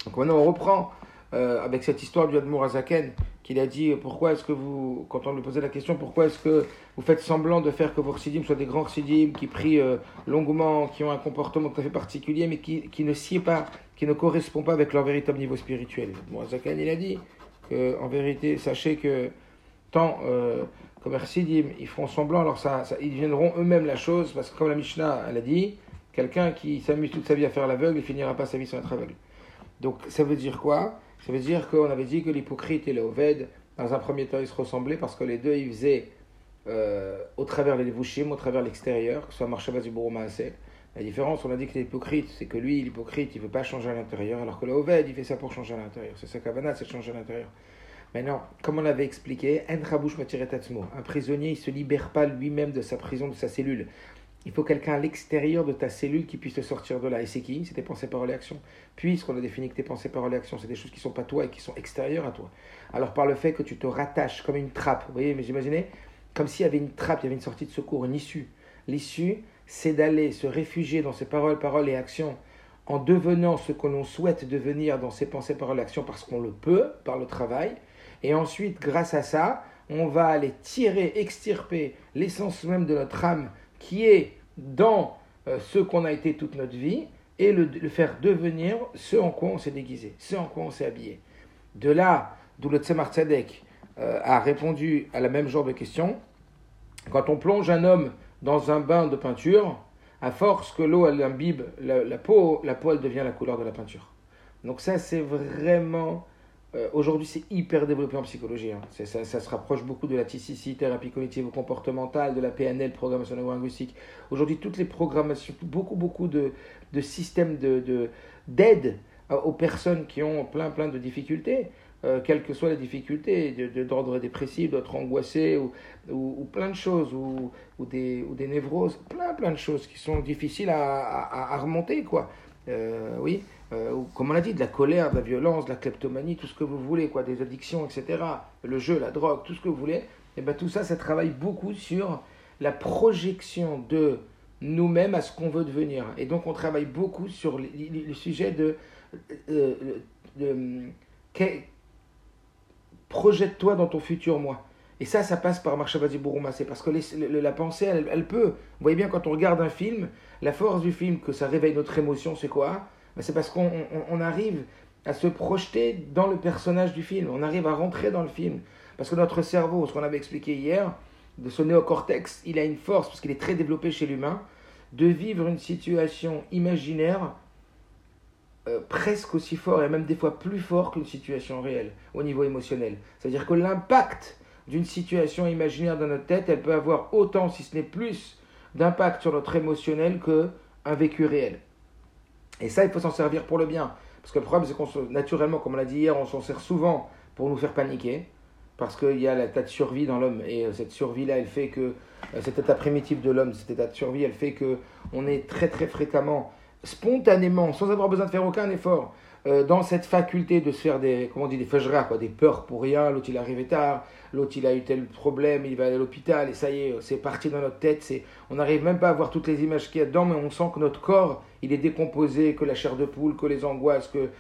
Donc maintenant on reprend avec cette histoire du Admour Azaken, qu'il a dit pourquoi est-ce que vous, quand on lui posait la question, pourquoi est-ce que vous faites semblant de faire que vos chassidim soient des grands chassidim qui prient longuement, qui ont un comportement tout à fait particulier, mais qui ne sied pas, qui ne correspond pas avec leur véritable niveau spirituel. Bon, Azaken il a dit que en vérité, sachez que tant comme les chassidim ils feront semblant, alors ils deviendront eux-mêmes la chose, parce que comme la Mishnah elle a dit, quelqu'un qui s'amuse toute sa vie à faire l'aveugle, il finira pas sa vie sans être aveugle. Donc ça veut dire quoi? Ça veut dire qu'on avait dit que l'hypocrite et le Oved, dans un premier temps, ils se ressemblaient parce que les deux, ils faisaient au travers les levushim, au travers l'extérieur, que ce soit Marshava Ziburu Maaseh. La différence, on a dit que l'hypocrite, c'est que lui, l'hypocrite, il ne veut pas changer à l'intérieur, alors que le Oved, il fait ça pour changer à l'intérieur. C'est sa kavana, c'est de changer à l'intérieur. Maintenant, comme on l'avait expliqué, un prisonnier, il ne se libère pas lui-même de sa prison, de sa cellule. Il faut quelqu'un à l'extérieur de ta cellule qui puisse te sortir de là. Et c'est qui? C'est tes pensées, paroles et actions. Puisqu'on a défini que tes pensées, paroles et actions, c'est des choses qui ne sont pas toi et qui sont extérieures à toi. Alors par le fait que tu te rattaches comme une trappe, vous voyez, mais j'imaginais, comme s'il y avait une trappe, il y avait une sortie de secours, une issue. L'issue, c'est d'aller se réfugier dans ses paroles, paroles et actions, en devenant ce que l'on souhaite devenir dans ses pensées, paroles et actions, parce qu'on le peut, par le travail. Et ensuite, grâce à ça, on va aller tirer, extirper l'essence même de notre âme, qui est dans ce qu'on a été toute notre vie, et le faire devenir ce en quoi on s'est déguisé, ce en quoi on s'est habillé. De là, d'où le Tzemar Tzedek a répondu à la même genre de question. Quand on plonge un homme dans un bain de peinture, à force que l'eau elle imbibe la peau elle devient la couleur de la peinture. Donc ça c'est vraiment... aujourd'hui, c'est hyper développé en psychologie. Hein. Ça se rapproche beaucoup de la TCC, thérapie cognitive ou comportementale, de la PNL, programmation neurolinguistique. Aujourd'hui, toutes les programmations, beaucoup de systèmes d'aide aux personnes qui ont plein de difficultés, quelles que soient les difficultés, d'ordre dépressif, d'autres angoissés, ou plein de choses, ou des névroses, plein de choses qui sont difficiles à remonter, quoi. Oui. Comme on l'a dit, de la colère, de la violence, de la kleptomanie, tout ce que vous voulez, quoi, des addictions, etc. Le jeu, la drogue, tout ce que vous voulez, et bien tout ça, ça travaille beaucoup sur la projection de nous-mêmes à ce qu'on veut devenir. Et donc on travaille beaucoup sur le sujet de projette-toi dans ton futur moi. Et ça passe par Marshava Ziburu Maaseh, parce que la pensée, elle peut. Vous voyez bien, quand on regarde un film, la force du film, que ça réveille notre émotion, c'est quoi? C'est parce qu'on arrive à se projeter dans le personnage du film. On arrive à rentrer dans le film. Parce que notre cerveau, ce qu'on avait expliqué hier, de ce néocortex, il a une force, parce qu'il est très développé chez l'humain, de vivre une situation imaginaire presque aussi fort, et même des fois plus fort qu'une situation réelle, au niveau émotionnel. C'est-à-dire que l'impact d'une situation imaginaire dans notre tête, elle peut avoir autant, si ce n'est plus, d'impact sur notre émotionnel qu'un vécu réel. Et ça, il faut s'en servir pour le bien. Parce que le problème, c'est naturellement, comme on l'a dit hier, on s'en sert souvent pour nous faire paniquer. Parce qu'il y a l'état de survie dans l'homme. Et cette survie-là, elle fait que, cet état primitif de l'homme, cet état de survie, elle fait qu'on est très fréquemment, spontanément, sans avoir besoin de faire aucun effort, dans cette faculté de se faire des fajra, quoi, des peurs pour rien. L'autre, il est arrivé tard. L'autre, il a eu tel problème, il va aller à l'hôpital. Et ça y est, c'est parti dans notre tête. On n'arrive même pas à voir toutes les images qu'il y a dedans, mais on sent que notre corps, il est décomposé, que la chair de poule, que les angoisses, que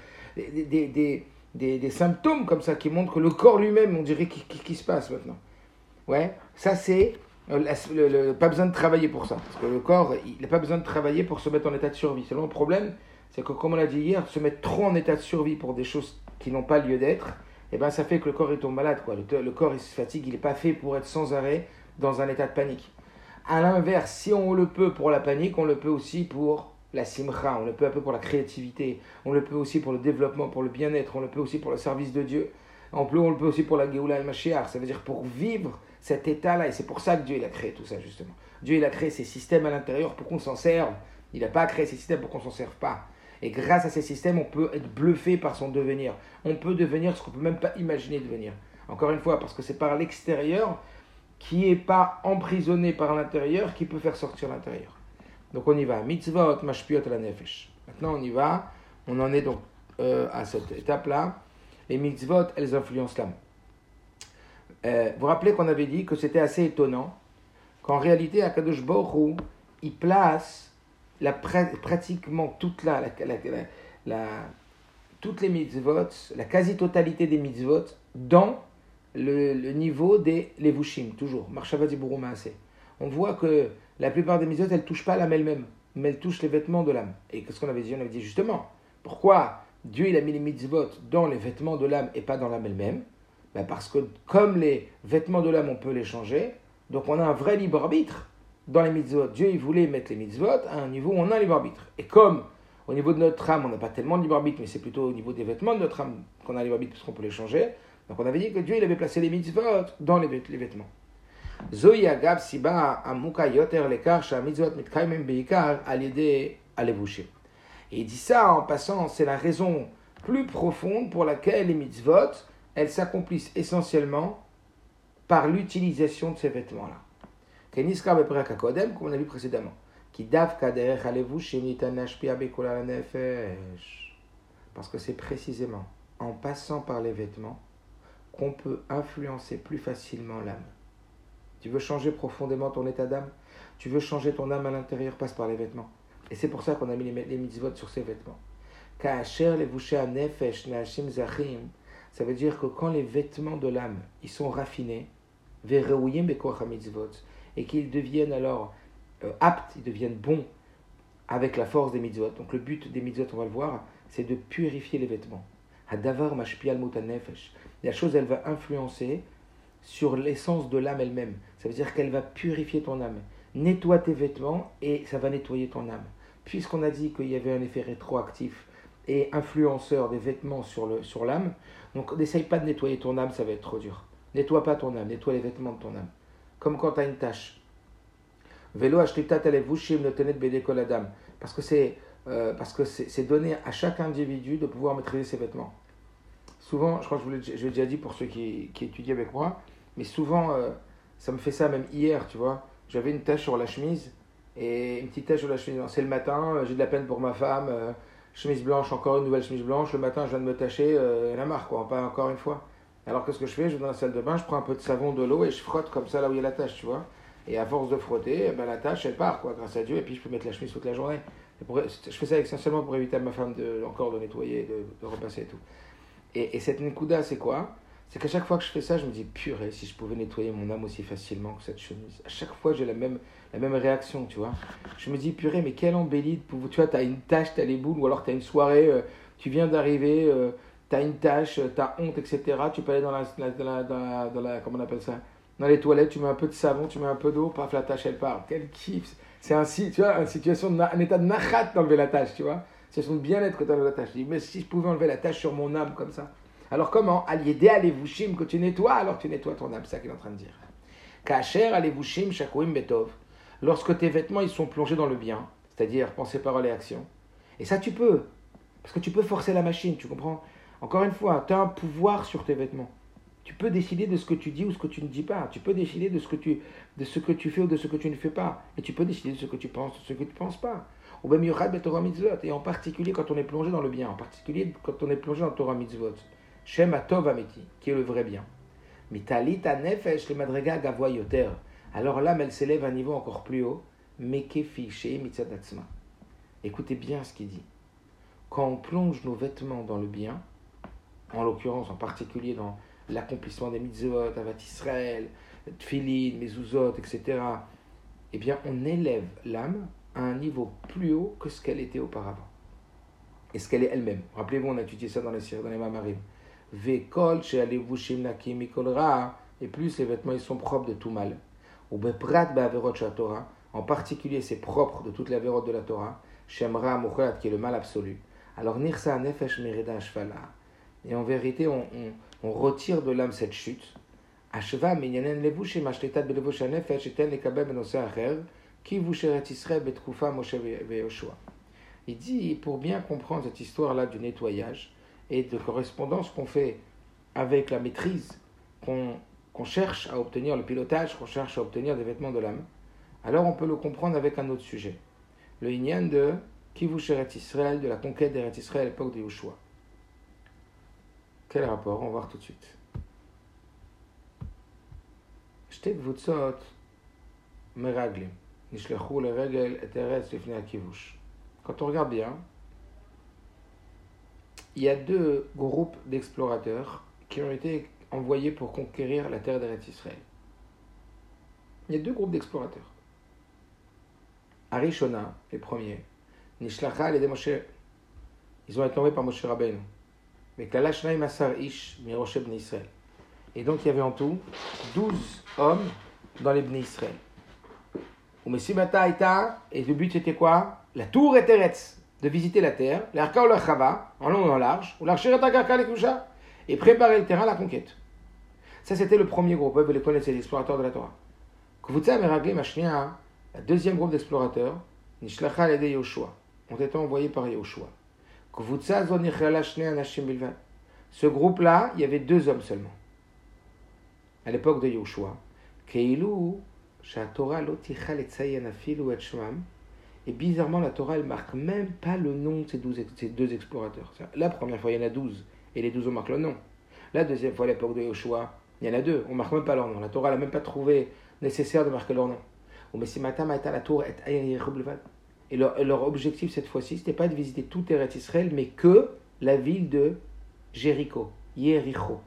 des symptômes comme ça qui montrent que le corps lui-même, on dirait qu'il se passe maintenant. Ouais, ça c'est pas besoin de travailler pour ça. Parce que le corps, il n'a pas besoin de travailler pour se mettre en état de survie. Seulement le problème, c'est que comme on l'a dit hier, se mettre trop en état de survie pour des choses qui n'ont pas lieu d'être, et ben ça fait que le corps il tombe malade, quoi. Le corps il se fatigue, il n'est pas fait pour être sans arrêt dans un état de panique. À l'inverse, si on le peut pour la panique, on le peut aussi pour la simcha, on le peut un peu pour la créativité, on le peut aussi pour le développement, pour le bien-être, on le peut aussi pour le service de Dieu, on le peut aussi pour la Géoula et le Mashiach, ça veut dire pour vivre cet état-là, et c'est pour ça que Dieu il a créé tout ça justement. Dieu il a créé ces systèmes à l'intérieur pour qu'on s'en serve, il n'a pas créé ces systèmes pour qu'on s'en serve pas. Et grâce à ces systèmes, on peut être bluffé par son devenir. On peut devenir ce qu'on ne peut même pas imaginer devenir. Encore une fois, parce que c'est par l'extérieur qui n'est pas emprisonné par l'intérieur qui peut faire sortir l'intérieur. Donc on y va. Mitzvot, mashpiot la nefesh. Maintenant on y va. On en est donc à cette étape-là. Les mitzvot, elles influencent l'âme. Vous vous rappelez qu'on avait dit que c'était assez étonnant qu'en réalité, Akadosh Baruch Hu, il place pratiquement toute toutes les mitzvot, la quasi-totalité des mitzvot, dans le niveau des levushim, toujours. Marshava Dibourou Maaseh. On voit que la plupart des mitzvot, elles ne touchent pas l'âme elle-même, mais elles touchent les vêtements de l'âme. Et qu'est-ce qu'on avait dit? On avait dit justement, pourquoi Dieu il a mis les mitzvot dans les vêtements de l'âme et pas dans l'âme elle-même? Ben parce que comme les vêtements de l'âme, on peut les changer, donc on a un vrai libre arbitre dans les mitzvot. Dieu il voulait mettre les mitzvot à un niveau où on a un libre arbitre. Et comme au niveau de notre âme, on n'a pas tellement de libre arbitre, mais c'est plutôt au niveau des vêtements de notre âme qu'on a libre arbitre parce qu'on peut les changer. Donc on avait dit que Dieu il avait placé les mitzvot dans les vêtements. Zoï agav siba amuka yoter lekar sha mitzvot mitkaimem beikar alide alevushim. Et il dit ça en passant, c'est la raison plus profonde pour laquelle les mitzvot, elles s'accomplissent essentiellement par l'utilisation de ces vêtements-là. Keniskar beperek hakodem, comme on a vu précédemment. Ki davka derech alevushim nitan lashpia bekol ala nefesh. Parce que c'est précisément en passant par les vêtements qu'on peut influencer plus facilement l'âme. Tu veux changer profondément ton état d'âme? Tu veux changer ton âme à l'intérieur? Passe par les vêtements. Et c'est pour ça qu'on a mis les mitzvot sur ces vêtements. Ka'asher levushei nefesh nashim zachim. Ça veut dire que quand les vêtements de l'âme, ils sont raffinés, ve'reuyim bekoach mitzvot, et qu'ils deviennent alors aptes, ils deviennent bons avec la force des mitzvot. Donc le but des mitzvot, on va le voir, c'est de purifier les vêtements. Hadavar mashpi al mutan nefesh. La chose, elle va influencer sur l'essence de l'âme elle-même. Ça veut dire qu'elle va purifier ton âme. Nettoie tes vêtements et ça va nettoyer ton âme. Puisqu'on a dit qu'il y avait un effet rétroactif et influenceur des vêtements sur l'âme, donc n'essaye pas de nettoyer ton âme, ça va être trop dur. Nettoie pas ton âme, nettoie les vêtements de ton âme. Comme quand tu as une tâche. Vélo ashlitat alevushim notenet bedekol adam. Parce que c'est donné à chaque individu de pouvoir maîtriser ses vêtements. Souvent, je crois que je l'ai déjà dit pour ceux qui étudient avec moi, mais souvent, ça me fait ça même hier, tu vois. J'avais une tache sur la chemise, et une petite tache sur la chemise. C'est le matin, j'ai de la peine pour ma femme, chemise blanche, encore une nouvelle chemise blanche. Le matin, je viens de me tacher, la marque, quoi, pas encore une fois. Alors qu'est-ce que je fais? Je vais dans la salle de bain, je prends un peu de savon, de l'eau, et je frotte comme ça là où il y a la tache, tu vois. Et à force de frotter, la tache, elle part, quoi, grâce à Dieu, et puis je peux mettre la chemise toute la journée. Je fais ça essentiellement pour éviter à ma femme encore de nettoyer, de repasser et tout. Et cette nekuda, c'est quoi? C'est qu'à chaque fois que je fais ça, je me dis, purée, si je pouvais nettoyer mon âme aussi facilement que cette chemise. À chaque fois, j'ai la même réaction, tu vois. Je me dis, purée, mais quelle embellie, tu vois, t'as une tache, t'as les boules, ou alors t'as une soirée, tu viens d'arriver, t'as une tache, t'as honte, etc. Tu peux aller dans la comment on appelle ça? Dans les toilettes, tu mets un peu de savon, tu mets un peu d'eau, paf, la tache, elle part. Quel kiff! C'est ainsi, tu vois, un état de nachat d'enlever la tache, tu vois. Situation de bien-être que tu enlèves la tache. Je dis, mais si je pouvais enlever la tache sur mon âme comme ça. Alors comment? Aliédé alevushim, que tu nettoies, alors tu nettoies ton âme. C'est ça qu'il est en train de dire. Kacher alevushim shakouim betov. Lorsque tes vêtements ils sont plongés dans le bien, c'est-à-dire pensée, parole et action. Et ça tu peux, parce que tu peux forcer la machine, tu comprends? Encore une fois, tu as un pouvoir sur tes vêtements. Tu peux décider de ce que tu dis ou ce que tu ne dis pas. Tu peux décider de ce que tu fais ou de ce que tu ne fais pas. Et tu peux décider de ce que tu penses, de ce que tu ne penses pas. Et en particulier quand on est plongé dans le bien, en particulier quand on est plongé dans le Torah Mitzvot. Shem Atov Ameti, qui est le vrai bien. Mitalit Nefesh le Madrega Gavoy Yoter. Alors l'âme, elle s'élève à un niveau encore plus haut. Mekefi Shei Mitzadatzma. Écoutez bien ce qu'il dit. Quand on plonge nos vêtements dans le bien, en l'occurrence, en particulier dans l'accomplissement des mitzvot, Avat Israël, Tfilin, Mezuzot, etc., eh bien, on élève l'âme à un niveau plus haut que ce qu'elle était auparavant. Et ce qu'elle est elle-même. Rappelez-vous, on a étudié ça dans les Mamarim. Vekol, she'alevushim nakim mikol ra, et plus les vêtements ils sont propres de tout mal. Ou beprat ba'averot Torah, en particulier c'est propre de toute l'averot de la Torah, shemra mukhlat, qui est le mal absolu. Alors nirsa nefesh merida ashfala. Et en vérité, on retire de l'âme cette chute. Ashva minyanen levushim ashtetat belevush hanefesh eten lekabel benose acher, ki vusheret Israël betkufa Moshe ve'Yoshua. Il dit, pour bien comprendre cette histoire-là du nettoyage et de correspondance qu'on fait avec la maîtrise, qu'on cherche à obtenir, le pilotage, qu'on cherche à obtenir des vêtements de l'âme, alors on peut le comprendre avec un autre sujet. Le inyan de Kivusheret Israël, de la conquête d'Eretz Israël à l'époque de Yoshua. Quel rapport? On va voir tout de suite. Shte kvutzot meraglim, nishlechu leregel et eretz lifnei hakivush. Quand on regarde bien, il y a deux groupes d'explorateurs qui ont été envoyés pour conquérir la terre d'Eretz Israël. Il y a deux groupes d'explorateurs. Arishona, les premiers, Nishlacha et Moshe, ils ont été envoyés par Moshe Rabbeinu. Mais Kalashnaï Masar Ish, Miroshe Bnei Israël. Et donc il y avait en tout 12 hommes dans les Bnei Israël. Et le but c'était quoi? La tour et Eretz, de visiter la terre, l'Arka ou la Chava, en long et en large, ou l'Archeret Akarka les Kusha, et préparer le terrain à la conquête. Ça c'était le premier groupe, vous les connaissez, les explorateurs de la Torah. Kvutza Meraglim Mashnia, le deuxième groupe d'explorateurs, Nishlacha Lede Yoshua, ont été envoyés par Yoshua. Kvutza Zonichala Shnei Anashim Bilvad. Ce groupe-là, il y avait 2 hommes seulement. À l'époque de Yoshua, Keilu, Torah Lotichal et Tzayen Afilu et Shmam. Et bizarrement, la Torah, elle marque même pas le nom de ces 2 explorateurs. La première fois, il y en a 12, et les 12 on marque le nom. La deuxième fois, à l'époque de Yoshua, il y en a 2, on marque même pas leur nom. La Torah n'a même pas trouvé nécessaire de marquer leur nom. Et leur objectif cette fois-ci, c'était pas de visiter tout Eretz Israël, mais que la ville de Jéricho, Yericho.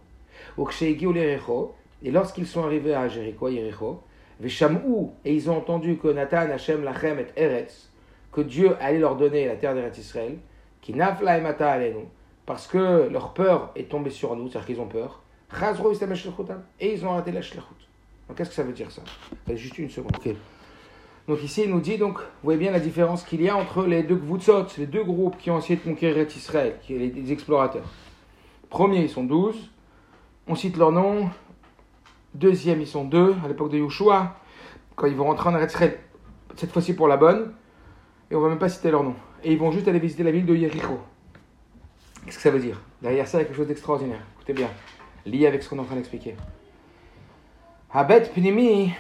Et lorsqu'ils sont arrivés à Jéricho, Yericho, et ils ont entendu que Natan Hashem Lachem et Eretz, que Dieu allait leur donner la terre d'Eretz Israël, qui nafla emata alenu, parce que leur peur est tombée sur nous, c'est-à-dire qu'ils ont peur, et ils ont arrêté la shlechut. Donc qu'est-ce que ça veut dire ça? Juste une seconde. Okay. Donc ici il nous dit, donc, vous voyez bien la différence qu'il y a entre les 2 Gvutzot, les 2 groupes qui ont essayé de conquérir Eretz Israël, qui sont les explorateurs. Premier, ils sont 12, on cite leur nom. Deuxième, ils sont 2, à l'époque de Yoshua, quand ils vont rentrer en Eretz Israël, cette fois-ci pour la bonne, et on ne va même pas citer leur nom. Et ils vont juste aller visiter la ville de Yericho. Qu'est-ce que ça veut dire? Derrière ça, il y a quelque chose d'extraordinaire. Écoutez bien, lié avec ce qu'on est en train d'expliquer. Habet Pnimi,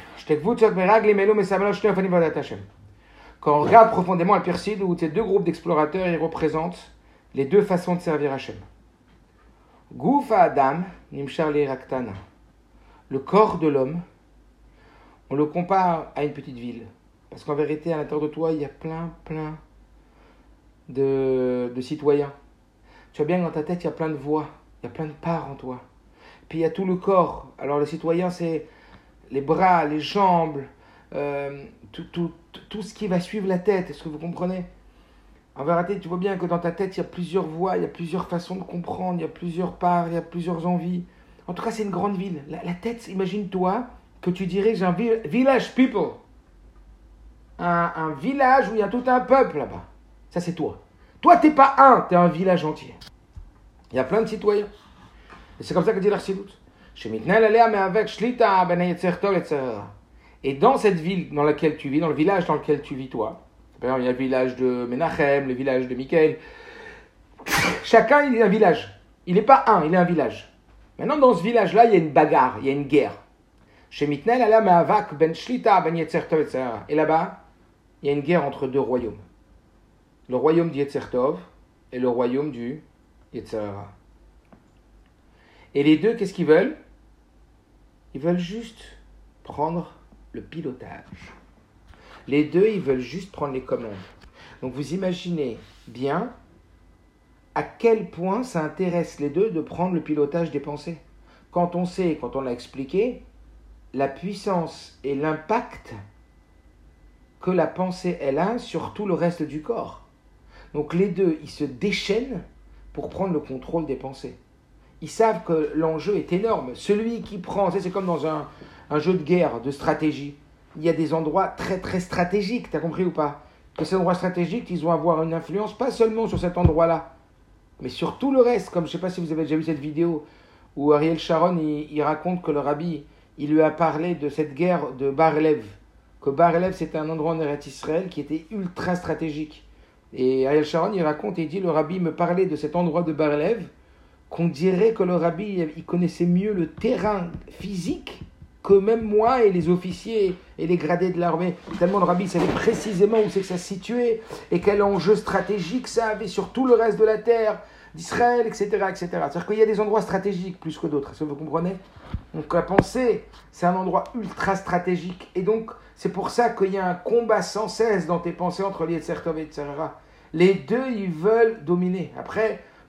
quand on regarde profondément le Persid, où ces 2 groupes d'explorateurs, ils représentent les 2 façons de servir Hachem. Goufa Adam, Nimshar Raktana. Le corps de l'homme, on le compare à une petite ville. Parce qu'en vérité, à l'intérieur de toi, il y a plein de citoyens. Tu vois bien que dans ta tête, il y a plein de voix, il y a plein de parts en toi. Puis il y a tout le corps. Alors les citoyens, c'est les bras, les jambes, tout ce qui va suivre la tête. Est-ce que vous comprenez? En vérité, tu vois bien que dans ta tête, il y a plusieurs voix, il y a plusieurs façons de comprendre, il y a plusieurs parts, il y a plusieurs envies. En tout cas, c'est une grande ville. La tête, imagine-toi que tu diriges un village people. Un village où il y a tout un peuple là-bas. Ça, c'est toi. Toi, t'es pas un, t'es un village entier. Il y a plein de citoyens. Et c'est comme ça que dit l'Arsilut. Et dans cette ville dans laquelle tu vis, dans le village dans lequel tu vis toi, il y a le village de Menachem, le village de Michael. Chacun, il est un village. Il n'est pas un, il est un village. Maintenant, dans ce village-là, il y a une bagarre, il y a une guerre. Et là-bas, il y a une guerre entre 2 royaumes. Le royaume du Yetzer Tov et le royaume du Yetzer Hara. Et les 2, qu'est-ce qu'ils veulent? Ils veulent juste prendre le pilotage. Les 2, ils veulent juste prendre les commandes. Donc vous imaginez bien à quel point ça intéresse les 2 de prendre le pilotage des pensées. Quand on sait, quand on l'a expliqué, la puissance et l'impact que la pensée elle a sur tout le reste du corps. Donc les 2, ils se déchaînent pour prendre le contrôle des pensées. Ils savent que l'enjeu est énorme. Celui qui prend, c'est comme dans un jeu de guerre, de stratégie. Il y a des endroits très très stratégiques, t'as compris ou pas? Que ces endroits stratégiques, ils vont avoir une influence pas seulement sur cet endroit-là, mais sur tout le reste. Comme je ne sais pas si vous avez déjà vu cette vidéo où Ariel Sharon, il raconte que le rabbi, il lui a parlé de cette guerre de Bar-Lev. Que Bar-Lev, c'était un endroit en Eretz Israël qui était ultra stratégique. Et Ariel Sharon, il raconte et il dit, le rabbi me parlait de cet endroit de Bar-Lev, qu'on dirait que le rabbi, il connaissait mieux le terrain physique que même moi et les officiers et les gradés de l'armée. Tellement le rabbi savait précisément où c'est que ça se situait et quel enjeu stratégique ça avait sur tout le reste de la terre, d'Israël, etc., etc. C'est-à-dire qu'il y a des endroits stratégiques plus que d'autres, est-ce que vous comprenez? Donc la pensée, c'est un endroit ultra stratégique. Et donc, c'est pour ça qu'il y a un combat sans cesse dans tes pensées entre les Yetzer Tov et Yetzer Hara. Les 2, ils veulent dominer. Après,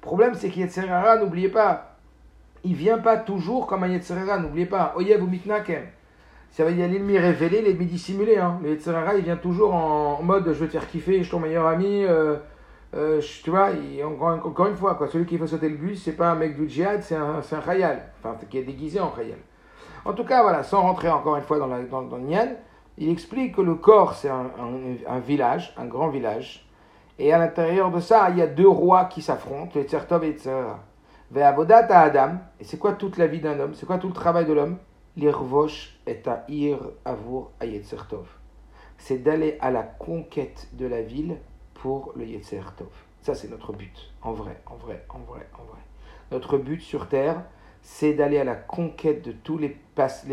Le problème, c'est qu'Yetzer Hara, n'oubliez pas, il ne vient pas toujours comme un Yetzer Hara, n'oubliez pas. Oyev ou mitnakem. Ça veut dire l'ennemi révélé, l'ennemi dissimulé. Hein. Le Yetzer Hara, il vient toujours en mode je vais te faire kiffer, je suis ton meilleur ami. Tu vois, encore une fois, quoi, celui qui fait sauter le bus, c'est pas un mec du djihad, c'est un khayal. Enfin, qui est déguisé en khayal. En tout cas, voilà, sans rentrer encore une fois dans le Nyan, il explique que le corps, c'est un village, un grand village. Et à l'intérieur de ça, il y a deux rois qui s'affrontent, Yetzer Tov et Yetzer Hara. Ve'avodat Adam, et c'est quoi toute la vie d'un homme? C'est quoi tout le travail de l'homme? L'irvosh et à ir avour à Yetzer Tov. C'est d'aller à la conquête de la ville pour le Yetzer Tov. Ça, c'est notre but, en vrai. Notre but sur Terre, c'est d'aller à la conquête de tous les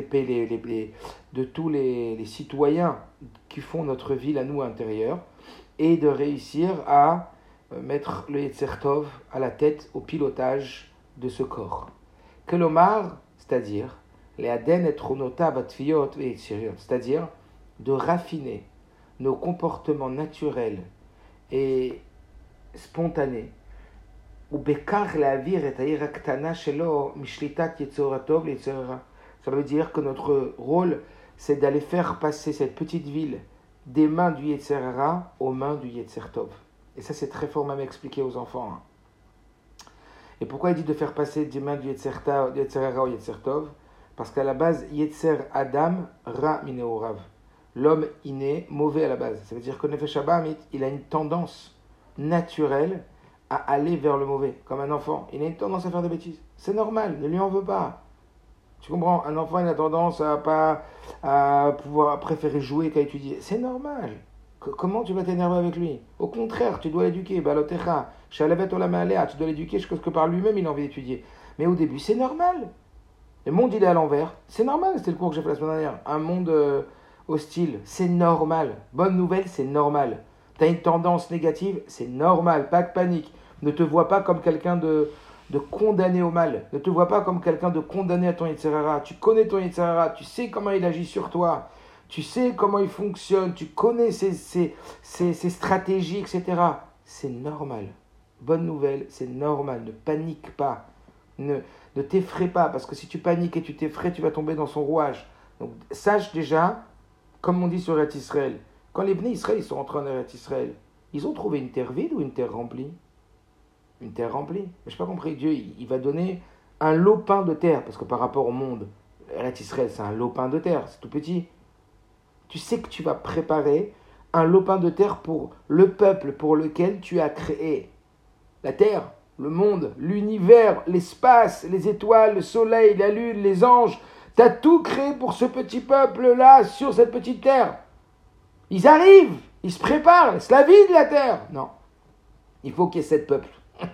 citoyens qui font notre ville à nous intérieure et de réussir à mettre le Yetzer Tov à la tête, au pilotage de ce corps. Kelomar, c'est-à-dire les Aden et Tronota Batfiot et c'est-à-dire de raffiner nos comportements naturels et spontanés. Ou bekar le'avir et ha'ir ha'ktana shelo mishlitat Yetzer Tov le'Yetzer Hara. Ça veut dire que notre rôle, c'est d'aller faire passer cette petite ville des mains du Yetzer Hara aux mains du Yetzer Tov. Et ça, c'est très fort même expliqué aux enfants. Hein. Et pourquoi il dit de faire passer des mains du Yetzer Hara au Yetzer Tov? Parce qu'à la base, Yetzer Adam Ra Mineorav. L'homme inné, mauvais à la base. Ça veut dire que Nefesh Habamit, il a une tendance naturelle à aller vers le mauvais, comme un enfant. Il a une tendance à faire des bêtises. C'est normal, ne lui en veux pas. Tu comprends? Un enfant, il a tendance à pouvoir préférer jouer qu'à étudier. C'est normal. Comment tu vas t'énerver avec lui? Au contraire, tu dois l'éduquer. Balotecha, Shalavet Olamalea, tu dois l'éduquer jusqu'à ce que par lui-même, il a envie d'étudier. Mais au début, c'est normal. Le monde, il est à l'envers. C'est normal, c'était le cours que j'ai fait la semaine dernière. Un monde hostile, c'est normal. Bonne nouvelle, c'est normal. Tu as une tendance négative, c'est normal. Pas de panique. Ne te vois pas comme quelqu'un de condamné au mal. Ne te vois pas comme quelqu'un de condamné à ton Yetzer Hara. Tu connais ton Yetzer Hara, tu sais comment il agit sur toi. Tu sais comment il fonctionne. Tu connais ses stratégies, etc. C'est normal. Bonne nouvelle, c'est normal. Ne panique pas. Ne t'effraie pas, parce que si tu paniques et tu t'effraies, tu vas tomber dans son rouage. Donc sache déjà, comme on dit sur Eretz Israël, quand les Bnei Israël ils sont rentrés en Eretz Israël, ils ont trouvé une terre vide ou une terre remplie? Une terre remplie. Mais je n'ai pas compris, Dieu il va donner un lopin de terre, parce que par rapport au monde, Eretz Israël c'est un lopin de terre, c'est tout petit. Tu sais que tu vas préparer un lopin de terre pour le peuple pour lequel tu as créé la terre. Le monde, l'univers, l'espace, les étoiles, le soleil, la lune, les anges. Tu as tout créé pour ce petit peuple-là, sur cette petite terre. Ils arrivent, ils se préparent, c'est la vie de la terre. Non, il faut qu'il y ait 7 peuples.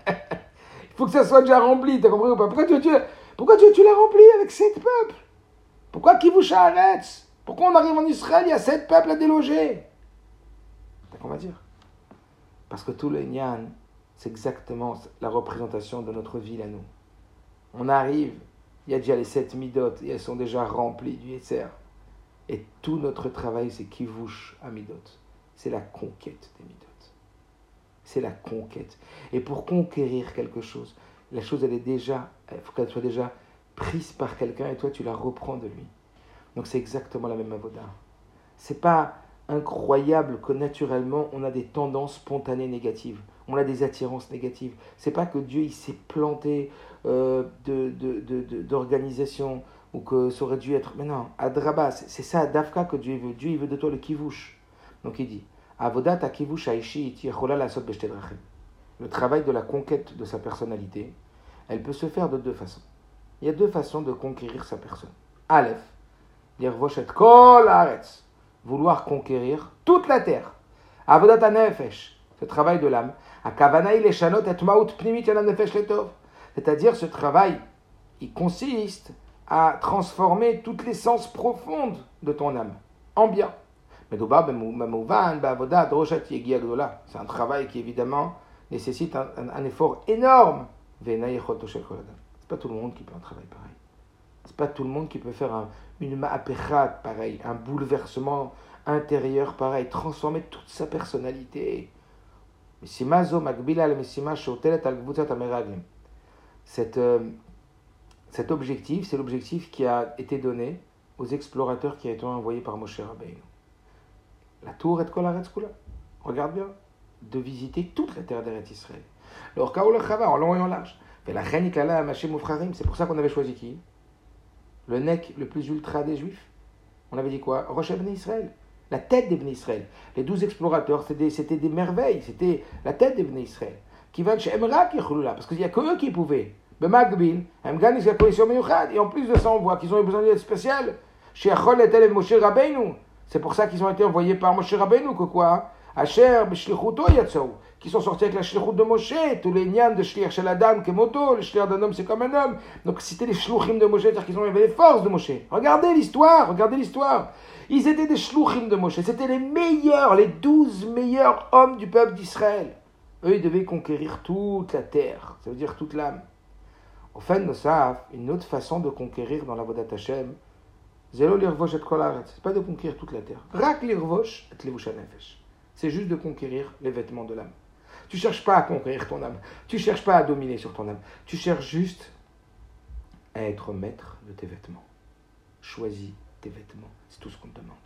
Il faut que ça soit déjà rempli, t'as compris ou pas? Pourquoi tu l'as rempli avec 7 peuples? Pourquoi Kivush Haaretz? Pourquoi on arrive en Israël, il y a 7 peuples à déloger? C'est qu'on va dire. Parce que tout le Nyan, c'est exactement la représentation de notre ville à nous. On arrive, il y a déjà les 7 midot, et elles sont déjà remplies du Yetzer. Et tout notre travail, c'est kivush à midot. C'est la conquête des midot. C'est la conquête. Et pour conquérir quelque chose, la chose, il faut qu'elle soit déjà prise par quelqu'un, et toi, tu la reprends de lui. Donc c'est exactement la même avoda. C'est pas incroyable que naturellement, on a des tendances spontanées négatives. On a des attirances négatives. C'est pas que Dieu il s'est planté d'organisation ou que ça aurait dû être. Mais non, Adraba, c'est ça, Dafka que Dieu veut. Dieu il veut de toi le kivush. Donc il dit Avodat a kivush aishi iti yechola lasot b'shte drachim. Le travail de la conquête de sa personnalité, elle peut se faire de 2 façons. Il y a 2 façons de conquérir sa personne. Aleph, yervosh et kol haaretz, vouloir conquérir toute la terre. Avodat hanefesh, ce travail de l'âme. C'est-à-dire, ce travail, il consiste à transformer toutes les sens profondes de ton âme en bien. C'est un travail qui, évidemment, nécessite un effort énorme. C'est pas tout le monde qui peut un travail pareil. C'est pas tout le monde qui peut faire une ma'apechat pareil, un bouleversement intérieur pareil, transformer toute sa personnalité. Cet objectif, c'est l'objectif qui a été donné aux explorateurs qui ont été envoyés par Moshe Rabbeinu. La tour et Kol Haaretz Kula. Regarde bien, de visiter toute la terre d'Eretz Israël. L'Orka ou le Chava, en long et en large. C'est pour ça qu'on avait choisi qui? Le nec le plus ultra des Juifs. On avait dit quoi? Rosh Bnei Israël. La tête des Bnei Israël. Les 12 explorateurs, c'était des merveilles. C'était la tête des Bnei Israël. Parce qu'il n'y a que eux qui pouvaient. Et en plus de ça, on voit qu'ils ont eu besoin d'aide spéciale. C'est pour ça qu'ils ont été envoyés par Moshe Rabbeinu, que quoi? Qui sont sortis avec la shlichut de Moshe, tous les nians de shliach shel Adam, kemoto, le shliach d'un homme c'est comme un homme. Donc c'était les shluchim de Moshe, c'est-à-dire qu'ils avaient les forces de Moshe. Regardez l'histoire. Ils étaient des shluchim de Moshe, c'était les meilleurs, les 12 meilleurs hommes du peuple d'Israël. Eux, ils devaient conquérir toute la terre, ça veut dire toute l'âme. Au fait, une autre façon de conquérir dans la Vodat Hashem, Zelo lirvosh et kol haaretz, c'est pas de conquérir toute la terre. Rak lirvosh et levush hanefesh. C'est juste de conquérir les vêtements de l'âme. Tu cherches pas à conquérir ton âme. Tu cherches pas à dominer sur ton âme. Tu cherches juste à être maître de tes vêtements. Choisis tes vêtements. C'est tout ce qu'on te demande.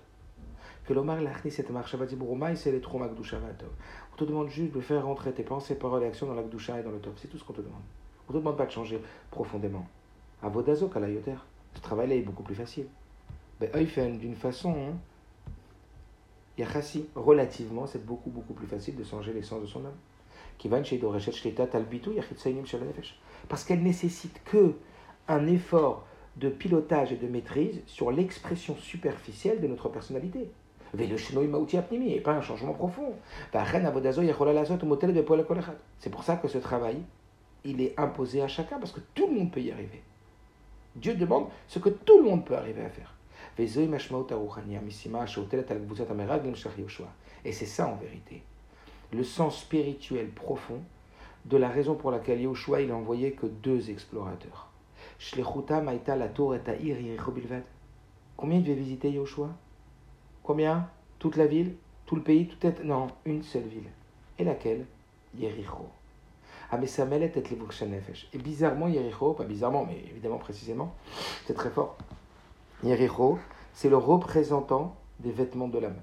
On te demande juste de faire rentrer tes pensées, paroles et actions dans la Kedusha et dans le Tov. C'est tout ce qu'on te demande. On ne te demande pas de changer profondément. Avodazo kalayoter. Ce travail-là est beaucoup plus facile. D'une façon yachassi, relativement, c'est beaucoup plus facile de changer l'essence de son âme. Parce qu'elle nécessite que un effort de pilotage et de maîtrise sur l'expression superficielle de notre personnalité. Et pas un changement profond. C'est pour ça que ce travail, il est imposé à chacun, parce que tout le monde peut y arriver. Dieu demande ce que tout le monde peut arriver à faire. Et c'est ça en vérité, le sens spirituel profond de la raison pour laquelle Yehoshua il a envoyé que 2 explorateurs. Combien il devait visiter Yehoshua? Combien? Toute la ville? Tout le pays? Non, une seule ville. Et laquelle? Yericho. Et bizarrement, Yericho, pas bizarrement, mais évidemment précisément, c'est très fort. Yericho, c'est le représentant des vêtements de l'âme.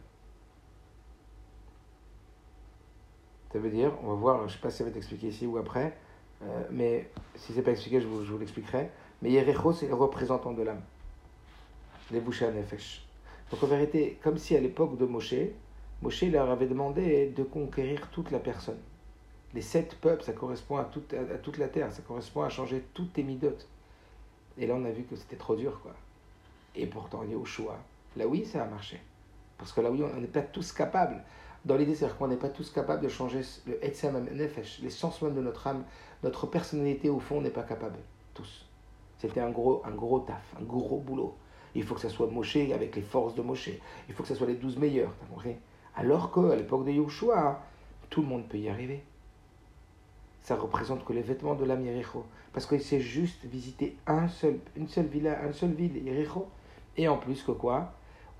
Ça veut dire, on va voir, je ne sais pas si ça va être expliqué ici ou après, mais si ce n'est pas expliqué, je vous l'expliquerai. Mais Yericho, c'est le représentant de l'âme. Les bouchées à Nefesh. Donc en vérité, comme si à l'époque de Moshe leur avait demandé de conquérir toute la personne. Les 7 peuples, ça correspond à toute la terre, ça correspond à changer toutes tes midotes. Et là, on a vu que c'était trop dur, quoi. Et pourtant, Yehoshua, là oui, ça a marché. Parce que là oui, on n'est pas tous capables. Dans l'idée, c'est-à-dire qu'on n'est pas tous capables de changer le Etzem Nefesh, l'essence même de notre âme, notre personnalité, au fond, on n'est pas capable. Tous. C'était un gros taf, un gros boulot. Il faut que ça soit Moshe avec les forces de Moshe. Il faut que ça soit les 12 meilleurs, t'as compris? Alors qu'à l'époque de Yehoshua, tout le monde peut y arriver. Ça représente que les vêtements de l'âme Yericho. Parce qu'il s'est juste visiter une seule ville, Yericho. Et en plus que quoi?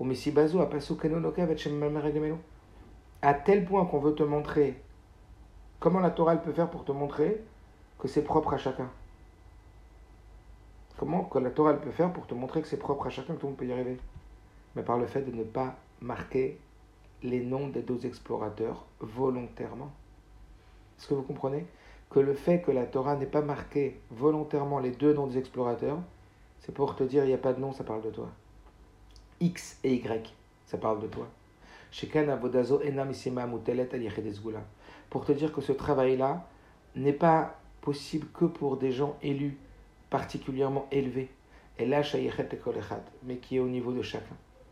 À tel point qu'on veut te montrer comment la Torah elle peut faire pour te montrer que c'est propre à chacun. Comment que la Torah elle peut faire pour te montrer que c'est propre à chacun, que tout le monde peut y arriver. Mais par le fait de ne pas marquer les noms des 2 explorateurs volontairement. Est-ce que vous comprenez? Que le fait que la Torah n'ait pas marqué volontairement les 2 noms des explorateurs, c'est pour te dire il n'y a pas de nom, ça parle de toi. X et Y, ça parle de toi. Pour te dire que ce travail-là n'est pas possible que pour des gens élus, particulièrement élevés, mais qui est au niveau de chacun.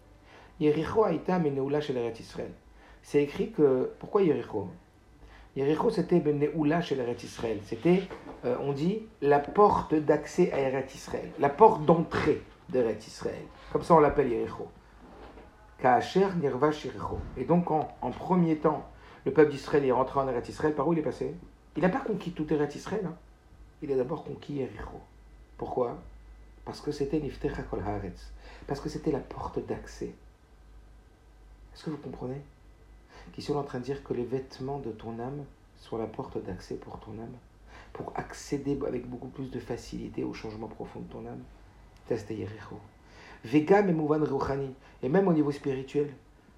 C'est écrit que... Pourquoi Yericho? Yericho, c'était Beneoula chez l'Eretz Israël. C'était, on dit, la porte d'accès à Eretz Israël. La porte d'entrée d'Eretz Israël. Comme ça, on l'appelle Yericho. Ka'asher nirvash Yericho. Et donc, en premier temps, le peuple d'Israël est rentré en Eretz Israël. Par où il est passé? Il n'a pas conquis tout Eretz Israël. Hein. Il a d'abord conquis Yericho. Pourquoi? Parce que c'était Niftecha Kol Haaretz. Parce que c'était la porte d'accès. Est-ce que vous comprenez? Qu'ici on est en train de dire que les vêtements de ton âme sont la porte d'accès pour ton âme, pour accéder avec beaucoup plus de facilité au changement profond de ton âme. Test Yericho. Vegam et Mouvan Rouchani, et même au niveau spirituel.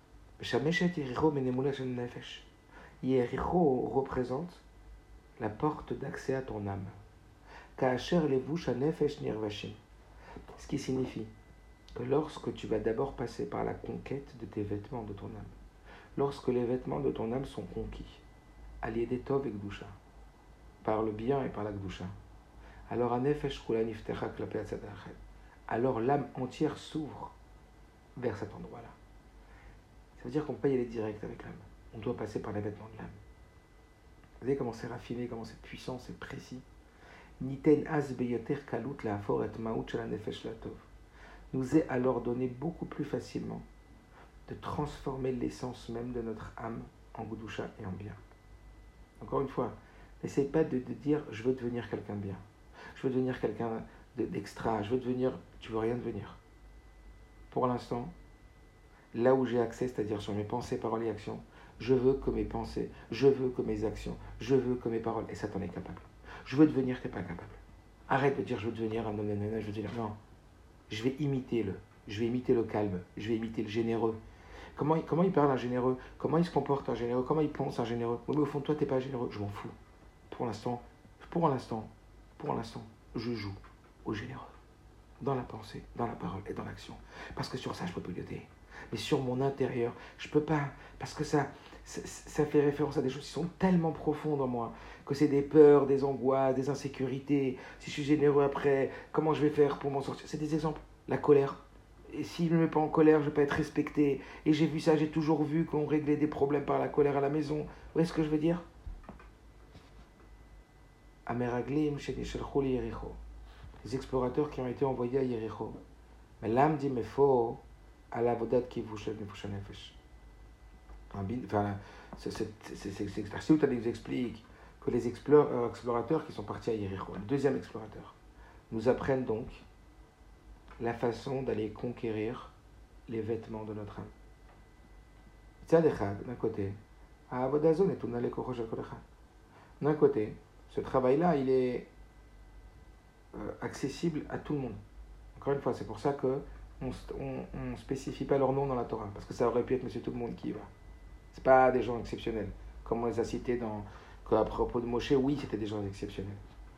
Yericho représente la porte d'accès à ton âme. Ka'asher levush hanefesh nirvashim. Ce qui signifie que lorsque tu vas d'abord passer par la conquête de tes vêtements de ton âme, lorsque les vêtements de ton âme sont conquis, alliés des tov et gdusha, par le bien et par la gdusha, alors hanefesh kula niftecha klapei hatzad ha'achel. Alors l'âme entière s'ouvre vers cet endroit-là. Ça veut dire qu'on ne peut pas y aller direct avec l'âme. On doit passer par les vêtements de l'âme. Vous voyez comment c'est raffiné, comment c'est puissant, c'est précis. Niten az beyoter kalut la'afor et ma'ut shel hanefesh latov. Nous est alors donné beaucoup plus facilement de transformer l'essence même de notre âme en gdusha et en bien. Encore une fois, n'essaye pas de dire « je veux devenir quelqu'un de bien ». Je veux devenir quelqu'un d'extra, je veux devenir... Tu veux rien devenir. Pour l'instant, là où j'ai accès, c'est-à-dire sur mes pensées, paroles et actions, je veux que mes pensées, je veux que mes actions, je veux que mes paroles, et ça t'en est capable. Je veux devenir, t'es pas capable. Arrête de dire je veux devenir un homme, je veux devenir... Non, je vais imiter le calme, je vais imiter le généreux. Comment il parle un généreux? Comment il se comporte un généreux? Comment il pense un généreux? Oui, mais au fond de toi, t'es pas généreux. Je m'en fous. Pour l'instant, je joue au généreux. Dans la pensée, dans la parole et dans l'action. Parce que sur ça, je peux piloter. Mais sur mon intérieur, je peux pas. Parce que ça fait référence à des choses qui sont tellement profondes en moi, que c'est des peurs, des angoisses, des insécurités. Si je suis généreux après, comment je vais faire pour m'en sortir? C'est des exemples. La colère. Et s'il ne me met pas en colère, je ne vais pas être respecté. Et j'ai vu ça, j'ai toujours vu qu'on réglait des problèmes par la colère à la maison. Vous voyez ce que je veux dire? Ameraglim shenishalchou li Yericho. Les explorateurs qui ont été envoyés à Yericho. Mais l'âme dit, mais faut à la vodat qui vous chève nefesh nefesh. Enfin, c'est Tarsiout nous explique que les explorateurs qui sont partis à Yericho, le deuxième explorateur, nous apprennent donc la façon d'aller conquérir les vêtements de notre âme. D'un côté, d'un côté, ce travail-là, il est accessible à tout le monde. Encore une fois, c'est pour ça qu'on ne spécifie pas leur nom dans la Torah, parce que ça aurait pu être Monsieur Tout-le-Monde qui y va. Ce pas des gens exceptionnels, comme on les a cités à propos de Moshe, oui, c'était des gens exceptionnels.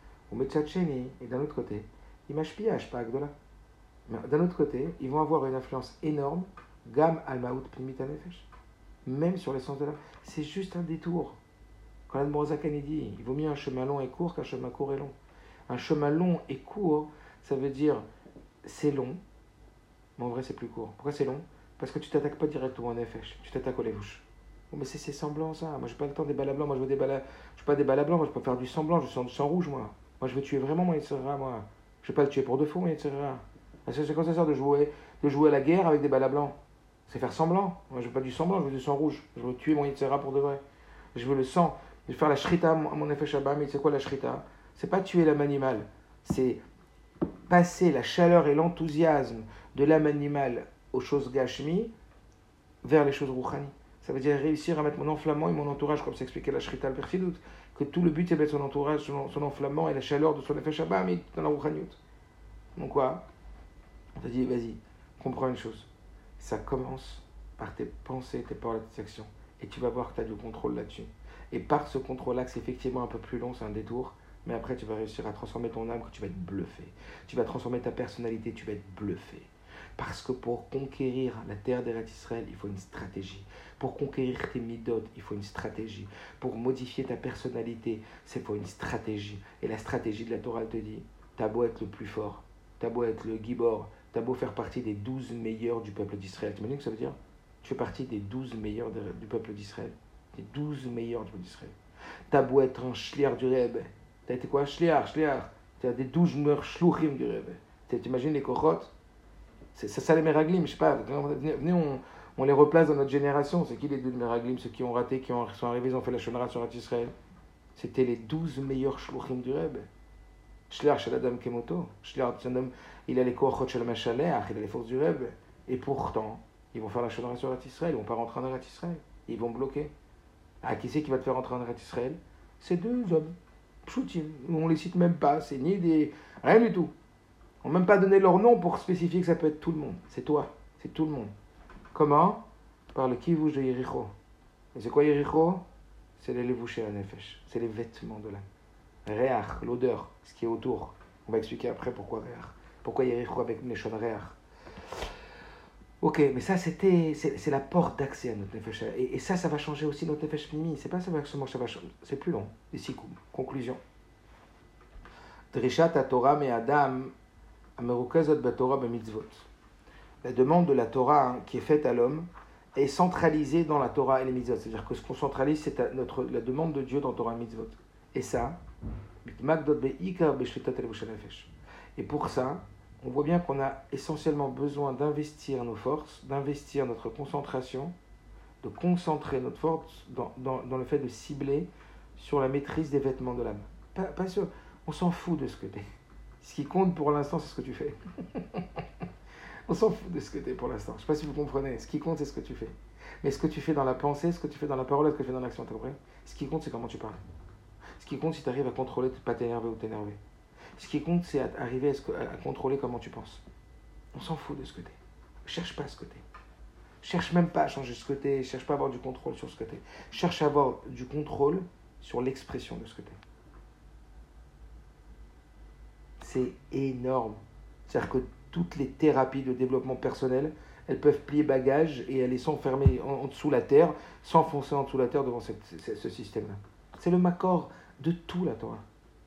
Et d'un autre côté, il mashpiach pas Agdola. Mais d'un autre côté, ils vont avoir une influence énorme, Gam al-Maout Pnimit Nefesh, même sur l'essence de l'âme. C'est juste un détour. Quand l'Admor Zaken dit, il vaut mieux un chemin long et court qu'un chemin court et long. Un chemin long et court, ça veut dire c'est long, mais en vrai c'est plus court. Pourquoi c'est long? Parce que tu t'attaques pas directement à Nefesh, tu t'attaques aux lévouches. Bon, mais c'est semblant ça. Moi j'ai pas le temps des balles blancs, moi je veux je veux pas des balles blancs, moi je peux faire du semblant, je sens du sang rouge moi. Moi je veux tuer vraiment mon Yetzirah, moi. Je vais pas le tuer pour de faux, mon Yetzirah. C'est quoi ça sert de jouer à la guerre avec des balles blancs? C'est faire semblant. Moi, je veux pas du semblant, je veux du sang rouge. Je veux tuer mon Yetzirah pour de vrai. Je veux le sang. Je veux faire la shrita à mon effet Shabbat. Mais c'est quoi la shrita? C'est pas tuer l'âme animale. C'est passer la chaleur et l'enthousiasme de l'âme animale aux choses gashmi vers les choses rouchani. Ça veut dire réussir à mettre mon enflammement et mon entourage, comme s'expliquait la shrita al-Perchidut, que tout le but c'est de mettre son entourage, son enflammement et la chaleur de son effet Shabbat, mais dans la rouchaniut. Donc quoi? On te dit, vas-y, comprends une chose. Ça commence par tes pensées, tes paroles, tes actions. Et tu vas voir que tu as du contrôle là-dessus. Et par ce contrôle-là, que c'est effectivement un peu plus long, c'est un détour, mais après tu vas réussir à transformer ton âme, que tu vas être bluffé. Tu vas transformer ta personnalité, tu vas être bluffé. Parce que pour conquérir la terre d'Eretz Israël, il faut une stratégie. Pour conquérir tes midot, il faut une stratégie. Pour modifier ta personnalité, il faut une stratégie. Et la stratégie de la Torah, elle te dit, t'as beau être le plus fort, t'as beau être le gibor, t'as beau faire partie des 12 meilleurs du peuple d'Israël. Tu imagines ce que ça veut dire? Tu fais partie des 12 meilleurs du peuple d'Israël. Des 12 meilleurs du peuple d'Israël. T'as beau être un shliar du Rebbe. T'as été quoi? Shliar. T'as des 12 meilleurs shluchim du Rebbe. T'imagines les kochot? C'est ça les meraglim, je sais pas. Venez, on les replace dans notre génération. C'est qui les 12 meraglim? Ceux qui ont raté, qui sont arrivés, ils ont fait la shonara sur Israël. C'était les 12 meilleurs shluchim du Rebbe. Shliar shel Adam Kemoto. Shliar, il a les kochot shel Mashalech, il a les forces du Rebbe. Et pourtant, ils vont faire la shonara sur Israël. Ils vont pas rentrer en Eretz Israël. Ils vont bloquer. Ah, qui c'est qui va te faire rentrer en Eretz Israël? C'est deux hommes. Pshoutim. On ne les cite même pas. C'est ni des. Rien du tout. On n'a même pas donné leur nom pour spécifier que ça peut être tout le monde. C'est toi. C'est tout le monde. Comment? Par le kivouj de Yericho. Et c'est quoi Yericho? C'est les levouchés à nefesh. C'est les vêtements de l'âme. Réach, l'odeur, ce qui est autour. On va expliquer après pourquoi Réach. Pourquoi Yericho avec Neshon Réach. Ok, mais ça c'est la porte d'accès à notre nefesh. Et ça va changer aussi notre nefesh pnimi. C'est pas seulement ça va changer. C'est plus long. Ici, conclusion. Drishat Torah me Adam amerukazot baTorah b'mitzvot. La demande de la Torah qui est faite à l'homme est centralisée dans la Torah et les mitzvot. C'est-à-dire que ce qu'on centralise, c'est la demande de Dieu dans Torah et mitzvot. Et ça, et pour ça, on voit bien qu'on a essentiellement besoin d'investir nos forces, d'investir notre concentration, de concentrer notre force dans le fait de cibler sur la maîtrise des vêtements de l'âme. Pas sûr, on s'en fout de ce que tu es. Ce qui compte pour l'instant, c'est ce que tu fais. On s'en fout de ce que tu es pour l'instant. Je ne sais pas si vous comprenez. Ce qui compte, c'est ce que tu fais. Mais ce que tu fais dans la pensée, ce que tu fais dans la parole, ce que tu fais dans l'action, tu comprends? Ce qui compte, c'est comment tu parles. Ce qui compte, c'est si tu arrives à contrôler de ne pas t'énerver ou t'énerver. Ce qui compte, c'est arriver à contrôler comment tu penses. On s'en fout de ce que tu es. Cherche pas ce que tu es. Cherche même pas à changer ce que tu es. Cherche pas à avoir du contrôle sur ce que tu es. Cherche à avoir du contrôle sur l'expression de ce que tu es. C'est énorme. C'est-à-dire que toutes les thérapies de développement personnel, elles peuvent plier bagages et aller s'enfermer en dessous la terre, s'enfoncer en dessous la terre devant ce système-là. C'est le makor de tout, la Torah.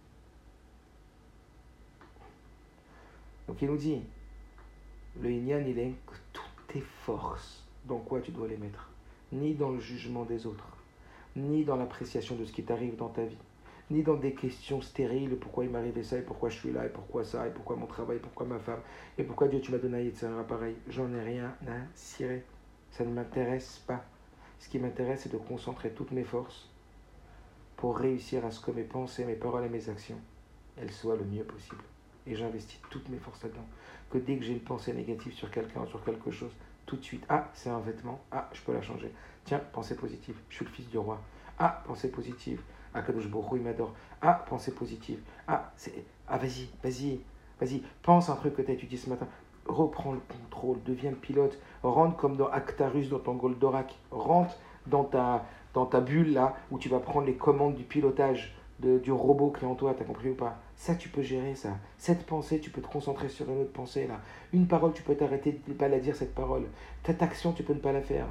Donc il nous dit, le Inyan, il est que toutes tes forces, dans quoi tu dois les mettre? Ni dans le jugement des autres, ni dans l'appréciation de ce qui t'arrive dans ta vie, ni dans des questions stériles, pourquoi il m'est arrivé ça, et pourquoi je suis là, et pourquoi ça, et pourquoi mon travail, et pourquoi ma femme, et pourquoi Dieu tu m'as donné, etc. Pareil, j'en ai rien à cirer. Ça ne m'intéresse pas. Ce qui m'intéresse, c'est de concentrer toutes mes forces pour réussir à ce que mes pensées, mes paroles et mes actions, elles soient le mieux possible. Et j'investis toutes mes forces là-dedans. Que dès que j'ai une pensée négative sur quelqu'un, sur quelque chose, tout de suite, ah, c'est un vêtement, ah, je peux la changer. Tiens, pensée positive, je suis le fils du roi. Ah, pensée positive, ah, Kadosh Baruch Hu, il m'adore. Ah, pensée positive, ah, vas-y, pense un truc que tu as étudié ce matin. Reprends le contrôle, deviens le pilote, rentre comme dans Actarus, dans ton Goldorak, rentre dans ta bulle là, où tu vas prendre les commandes du pilotage du robot qui est en toi, t'as compris ou pas? Ça, tu peux gérer ça. Cette pensée, tu peux te concentrer sur une autre pensée là. Une parole, tu peux t'arrêter de ne pas la dire, cette parole. Cette action, tu peux ne pas la faire.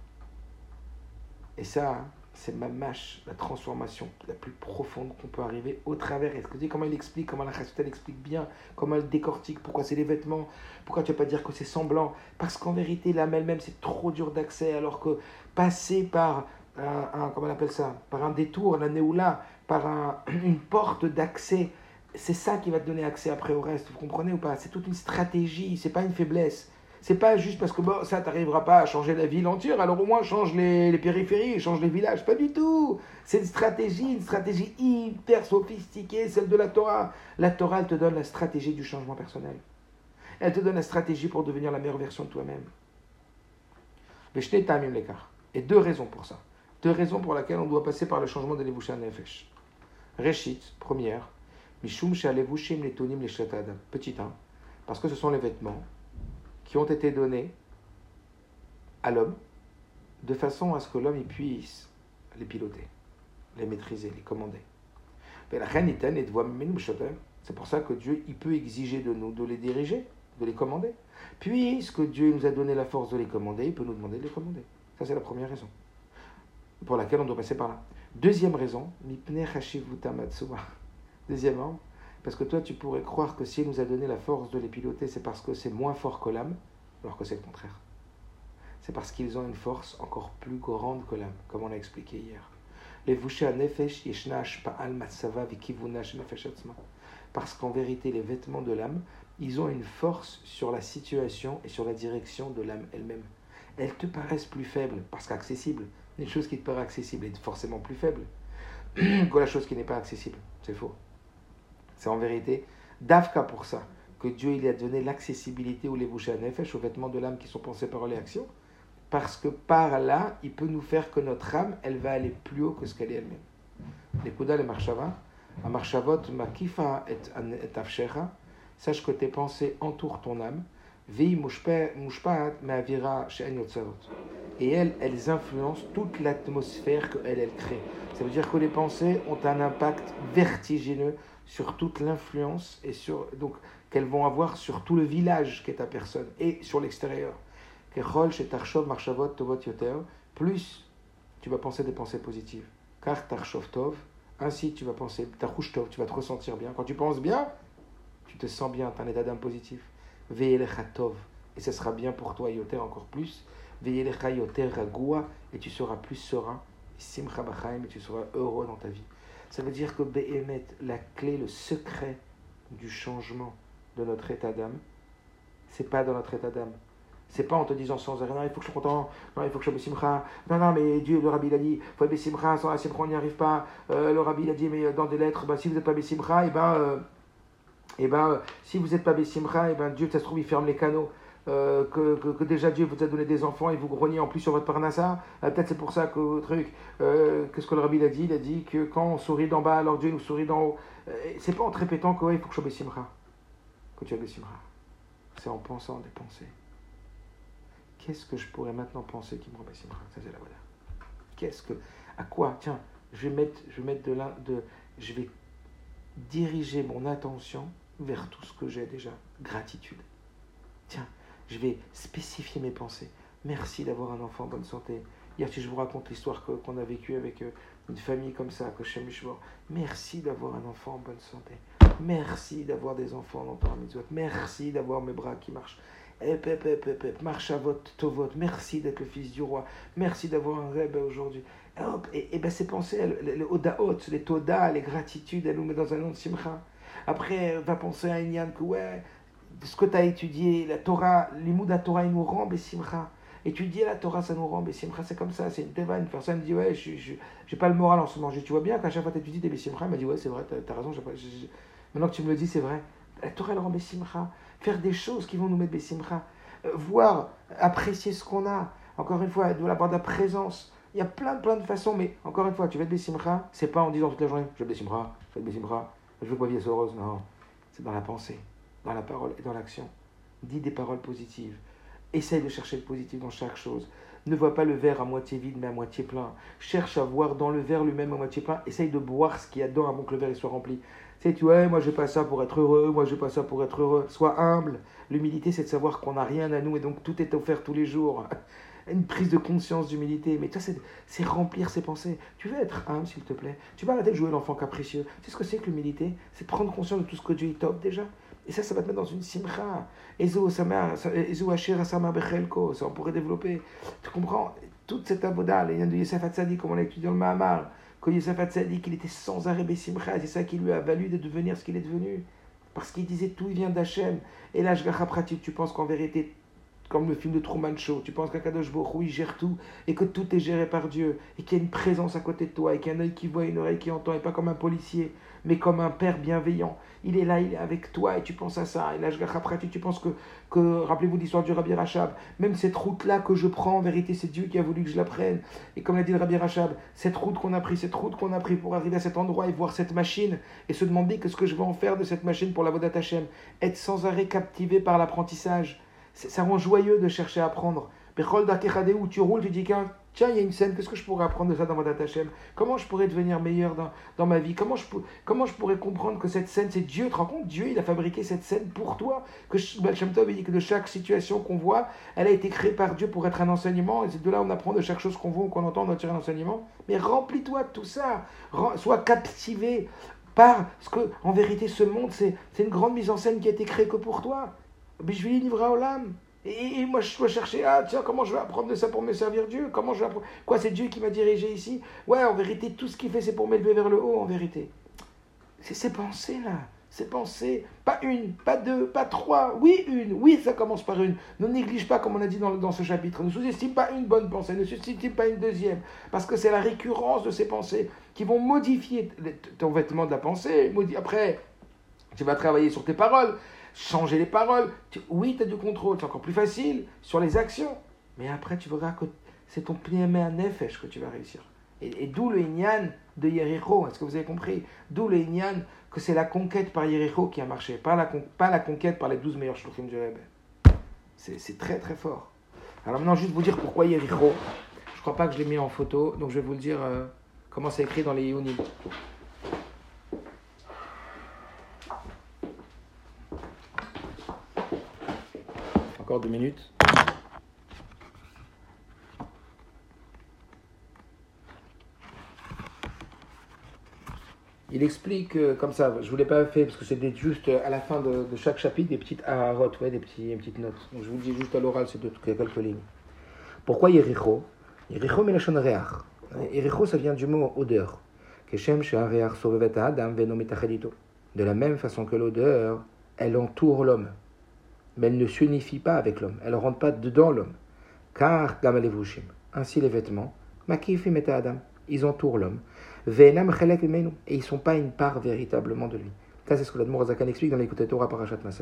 Et ça, c'est ma mâche, la transformation la plus profonde qu'on peut arriver au travers. Est-ce que tu sais comment il explique, comment la Chassidut elle explique bien, comment elle décortique, pourquoi c'est les vêtements, pourquoi tu ne vas pas dire que c'est semblant? Parce qu'en vérité, l'âme elle-même, c'est trop dur d'accès, alors que passer par comment on appelle ça, par un détour, la néoula, par une porte d'accès, c'est ça qui va te donner accès après au reste, vous comprenez ou pas? C'est toute une stratégie, c'est pas une faiblesse. C'est pas juste parce que bon, ça t'arrivera pas à changer la ville entière, alors au moins change les périphéries, change les villages. Pas du tout. C'est une stratégie hyper sophistiquée, celle de la Torah. La Torah, elle te donne la stratégie du changement personnel. Elle te donne la stratégie pour devenir la meilleure version de toi-même. Et deux raisons pour ça. Deux raisons pour lesquelles on doit passer par le changement de Levusha Nefesh. Réchit, première, Mishum Shalevushim Letonim Leshet Adam. Petit 1, parce que ce sont les vêtements qui ont été donnés à l'homme de façon à ce que l'homme puisse les piloter, les maîtriser, les commander. C'est pour ça que Dieu il peut exiger de nous de les diriger, de les commander. Puisque Dieu nous a donné la force de les commander, il peut nous demander de les commander. Ça, c'est la première raison pour laquelle on doit passer par là. Deuxième raison, deuxièmement, parce que toi, tu pourrais croire que s'il nous a donné la force de les piloter, c'est parce que c'est moins fort que l'âme, alors que c'est le contraire. C'est parce qu'ils ont une force encore plus grande que l'âme, comme on l'a expliqué hier. Parce qu'en vérité, les vêtements de l'âme, ils ont une force sur la situation et sur la direction de l'âme elle-même. Elles te paraissent plus faibles, parce qu'accessibles. Une chose qui te paraît accessible est forcément plus faible que la chose qui n'est pas accessible. C'est faux. C'est en vérité d'Afka pour ça que Dieu il a donné l'accessibilité ou les bouchées à nefesh, aux vêtements de l'âme qui sont pensés paroles et actions, parce que par là, il peut nous faire que notre âme, elle va aller plus haut que ce qu'elle est elle-même. Nekuda le marshava, a marshavot makifa et afshecha, sache que tes pensées entourent ton âme, vi mushpaat me'avira she'en yotzarot. Et elles influencent toute l'atmosphère qu'elle crée. Ça veut dire que les pensées ont un impact vertigineux sur toute l'influence et donc qu'elles vont avoir sur tout le village qu'est ta personne et sur l'extérieur. Plus tu vas penser des pensées positives. Car tarshov tov, ainsi tu vas penser, tarouche tov, tu vas te ressentir bien. Quand tu penses bien, tu te sens bien, tu as un état d'âme positif. Ve'elecha tov, et ce sera bien pour toi, yoter encore plus. Ve'elecha yoter ragua, et tu seras plus serein. Simcha b'chaim, et tu seras heureux dans ta vie. Ça veut dire que Be'emet, la clé, le secret du changement de notre état d'âme, c'est pas dans notre état d'âme. C'est pas en te disant sans arrêt, non, il faut que je sois content, non, il faut que je sois Bessimcha, non, mais Dieu, le Rabbi, il a dit, il faut être Bessimcha, sans la Simcha, on n'y arrive pas. Le Rabbi, il a dit, mais dans des lettres, si vous n'êtes pas Bessimcha, si vous n'êtes pas Bessimcha, Dieu, ça se trouve, il ferme les canaux. Que déjà Dieu vous a donné des enfants et vous grognez en plus sur votre parnassa, peut-être c'est pour ça que qu'est-ce que le Rabbi a dit? Il a dit que quand on sourit d'en bas, alors Dieu nous sourit d'en haut. C'est pas en te répétant que il faut que je sois Bessimcha, que tu as Bessimcha. C'est en pensant des pensées. Qu'est-ce que je pourrais maintenant penser qui me rend Bessimcha? Ça c'est la voilà. À quoi? Tiens, je vais diriger mon attention vers tout ce que j'ai déjà. Gratitude. Tiens, je vais spécifier mes pensées. Merci d'avoir un enfant en bonne santé. Hier, si je vous raconte l'histoire qu'on a vécue avec une famille comme ça, que Shem Yishmor. Merci d'avoir un enfant en bonne santé. Merci d'avoir des enfants en Torah Mitzvot. Merci d'avoir mes bras qui marchent. Marche à votre tovot. Merci d'être le fils du roi. Merci d'avoir un rêve aujourd'hui. Et ces pensées, les odaot, les toda, les gratitudes, elles nous mettent dans un nom de simcha. Après, va penser à Inyan que ce que tu as étudié, la Torah, l'imoud à Torah, il nous rend Bessimcha. Étudier la Torah, ça nous rend Bessimcha, c'est comme ça, c'est une teva. Une personne me dit, j'ai pas le moral en ce moment. Tu vois bien qu'à chaque fois que tu étudies des Bessimcha, elle m'a dit, c'est vrai, t'as raison, maintenant que tu me le dis, c'est vrai. La Torah, elle rend Bessimcha. Faire des choses qui vont nous mettre Bessimcha. Voir, apprécier ce qu'on a. Encore une fois, de l'avoir de la présence. Il y a plein de façons, mais encore une fois, tu veux être Bessimcha, c'est pas en disant toute la journée, je veux Bessimcha, je veux Bessimcha, je veux que ma vie soit heureuse. Non, c'est dans la pensée, dans la parole et dans l'action. Dis des paroles positives. Essaye de chercher le positif dans chaque chose. Ne vois pas le verre à moitié vide, mais à moitié plein. Cherche à voir dans le verre lui-même à moitié plein. Essaye de boire ce qu'il y a dedans avant que le verre soit rempli. Moi je fais pas ça pour être heureux, moi je fais pas ça pour être heureux. Sois humble. L'humilité, c'est de savoir qu'on n'a rien à nous et donc tout est offert tous les jours. Une prise de conscience d'humilité. Mais toi, c'est remplir ses pensées. Tu veux être humble, s'il te plaît. Tu vas arrêter de jouer l'enfant capricieux. Tu sais ce que c'est que l'humilité? C'est prendre conscience de tout ce que Dieu t'offre déjà. Et ça va te mettre dans une simcha. Ezo asher asama bechelko. Ça, on pourrait développer. Tu comprends? Toute cette avoda, les de Yosef Hatzadik, comme on l'a étudié dans le Mahamar, que Yosef Hatzadik, il était sans arrêt besimcha. C'est ça qui lui a valu de devenir ce qu'il est devenu. Parce qu'il disait tout, il vient d'Hachem. Et là, Shgacha pratique, tu penses qu'en vérité, comme le film de Truman Show, tu penses qu'Akadosh Baruch Hu, il gère tout, et que tout est géré par Dieu, et qu'il y a une présence à côté de toi, et qu'il y a un œil qui voit, une oreille qui entend, et pas comme un policier, mais comme un père bienveillant. Il est là, il est avec toi, et tu penses à ça. Et là, tu penses que rappelez-vous l'histoire du Rabbi Rachab, même cette route-là que je prends, en vérité, c'est Dieu qui a voulu que je la prenne. Et comme l'a dit le Rabbi Rachab, cette route qu'on a pris pour arriver à cet endroit et voir cette machine, et se demander qu'est-ce que je vais en faire de cette machine pour la Vodat Hashem, être sans arrêt captivé par l'apprentissage. Ça rend joyeux de chercher à apprendre. Où tu roules, tu dis tiens, il y a une scène, qu'est-ce que je pourrais apprendre de ça dans Vodat Hashem? Comment je pourrais devenir meilleur dans ma vie? Comment je pourrais comprendre que cette scène, c'est Dieu? Tu te rends compte? Dieu, il a fabriqué cette scène pour toi. Que Baal Shem Tov, il dit que de chaque situation qu'on voit, elle a été créée par Dieu pour être un enseignement. Et c'est de là on apprend de chaque chose qu'on voit ou qu'on entend, on doit tirer un enseignement. Mais remplis-toi de tout ça. Sois captivé par ce que, en vérité, ce monde, c'est une grande mise en scène qui a été créée que pour toi. Bishvili Nivra Olam. Et moi, je dois chercher, comment je vais apprendre de ça pour me servir Dieu? Comment je vais apprendre? Quoi, c'est Dieu qui m'a dirigé ici? Ouais, en vérité, tout ce qu'il fait, c'est pour m'élever vers le haut, en vérité. C'est ces pensées-là. Ces pensées. Pas une, pas deux, pas trois. Oui, une. Oui, ça commence par une. Ne néglige pas, comme on a dit dans ce chapitre. Ne sous-estime pas une bonne pensée. Ne sous-estime pas une deuxième. Parce que c'est la récurrence de ces pensées qui vont modifier ton vêtement de la pensée. Après, tu vas travailler sur tes paroles. Changer les paroles. Oui, tu as du contrôle, c'est encore plus facile sur les actions. Mais après, tu verras que c'est ton pniemé à nefesh que tu vas réussir. Et d'où le Inyan de Yericho. Est-ce que vous avez compris? D'où le Inyan que c'est la conquête par Yericho qui a marché, pas la conquête par les 12 meilleurs shluchim du Rebbe. C'est très très fort. Alors maintenant, juste vous dire pourquoi Yericho. Je crois pas que je l'ai mis en photo, donc je vais vous le dire comment c'est écrit dans les Yunim. Encore 2 minutes. Il explique comme ça, je ne vous l'ai pas fait parce que c'est juste à la fin de chaque chapitre des petites hararot, ouais, des petites notes. Donc je vous le dis juste à l'oral, c'est quelques lignes. Pourquoi Yericho? Yericho melachon reach. Yericho, ça vient du mot odeur. Keshem she'areach sovevet ha'adam ve'no mitachedito. De la même façon que l'odeur, elle entoure l'homme, mais elle ne s'unifie pas avec l'homme, elle ne rentre pas dedans l'homme. Car gam alevushim, ainsi les vêtements, makifim et adam, ils entourent l'homme. Ve'enam chelek mimenu, et ils ne sont pas une part véritablement de lui. Ça, c'est ce que l'Admour Zakan explique dans l'écoute Torah Parashat Masai.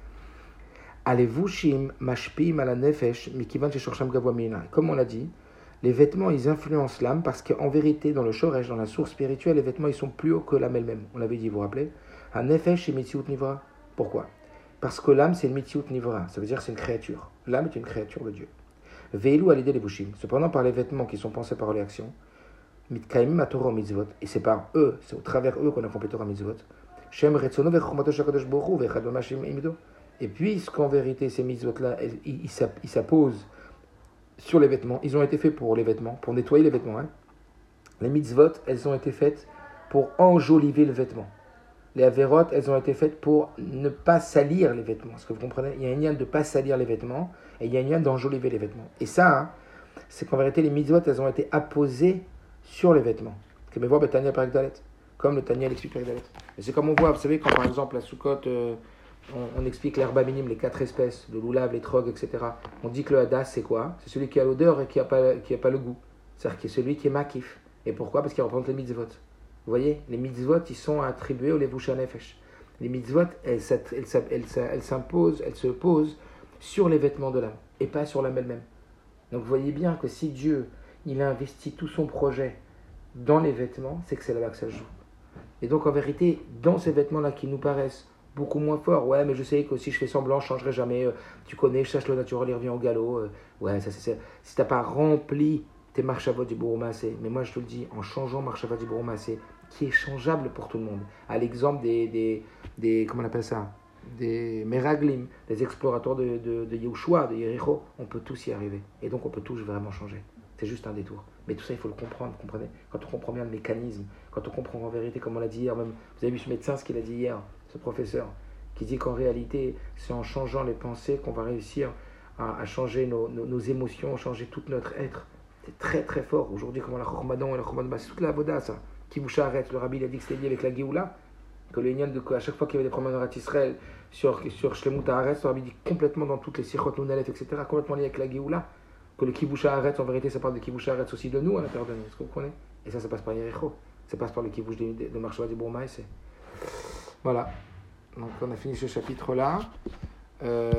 Alevushim mashpim ala nefesh mikivan sheshorsham gavua mina. Comme on l'a dit, les vêtements, ils influencent l'âme parce qu'en vérité, dans le shoresh, dans la source spirituelle, les vêtements, ils sont plus hauts que l'âme elle-même. On l'avait dit, vous vous rappelez? Un nefesh et mitziut nivra. Pourquoi? Parce que l'âme, c'est une mitziut nivra. Ça veut dire que c'est une créature. L'âme est une créature de Dieu. Veilou à l'idée les bushim. Cependant, par les vêtements qui sont pensés par les actions, mitkaimim à Torah mitzvot. Et c'est par eux, c'est au travers eux qu'on accomplit Torah mitzvot. Shem retzono vechromato shakadosh boru vechadomashim imdo. Et puisqu'en vérité, ces mitzvot-là, ils s'apposent sur les vêtements, ils ont été faits pour les vêtements, pour nettoyer les vêtements. Hein. Les mitzvot, elles ont été faites pour enjoliver le vêtement. Les avérotes, elles ont été faites pour ne pas salir les vêtements. Est-ce que vous comprenez? Il y a un lien de ne pas salir les vêtements et il y a un lien d'enjoliver les vêtements. Et ça, hein, c'est qu'en vérité, les mitzvot, elles ont été apposées sur les vêtements. Comme le Tanya l'explique Perek Dalet. Et c'est comme on voit, vous savez, quand par exemple la Soukot, on explique l'herba minime, les 4 espèces, le loulav, les trogs, etc. On dit que le hadas, c'est quoi? C'est celui qui a l'odeur et qui n'a pas le goût. C'est-à-dire que c'est celui qui est makif. Et pourquoi? Parce qu'il représente les mitzvot. Vous voyez, les mitzvot, ils sont attribués aux levusha nefesh. Les mitzvot, elles s'imposent, elles se posent sur les vêtements de l'âme et pas sur l'âme elle-même. Donc vous voyez bien que si Dieu, il a investi tout son projet dans les vêtements, c'est que c'est là-bas que ça se joue. Et donc en vérité, dans ces vêtements-là qui nous paraissent beaucoup moins forts, ouais, mais je sais que si je fais semblant, je ne changerai jamais, tu connais, je cherche le naturel, il revient au galop, ouais, ça c'est ça. Si tu n'as pas rempli tes marchavot du Bourou-Massé, mais moi je te le dis, en changeant marchavot du Bourou-Massé, qui est changeable pour tout le monde, à l'exemple des comment on appelle ça, des Meraglim, des explorateurs de Yehoshua, de Yericho, on peut tous y arriver. Et donc on peut tous vraiment changer. C'est juste un détour. Mais tout ça, il faut le comprendre, vous comprenez? Quand on comprend bien le mécanisme, quand on comprend en vérité, comme on l'a dit hier, même, vous avez vu ce médecin, ce qu'il a dit hier, ce professeur, qui dit qu'en réalité, c'est en changeant les pensées qu'on va réussir à changer nos émotions, changer tout notre être. C'est très très fort. Aujourd'hui, comment la Chormadon et la Chormadon, c'est toute la Avoda, ça. Qui vous arrête, le Rabbi il a dit que c'était lié avec la Géoula, que le Inyan, à chaque fois qu'il y avait des problèmes de Israël sur Shlemut Haaretz, le Rabbi dit complètement dans toutes les Sichot Nounalef, etc., complètement lié avec la Géoula, que le Kibush Haaretz, en vérité, ça parle de Kibush Haaretz aussi de nous à l'intérieur de nous. Est-ce que vous comprenez? Et ça passe par Yericho. Ça passe par le Kibush de Marshava du Bourmaïs. Voilà. Donc on a fini ce chapitre-là.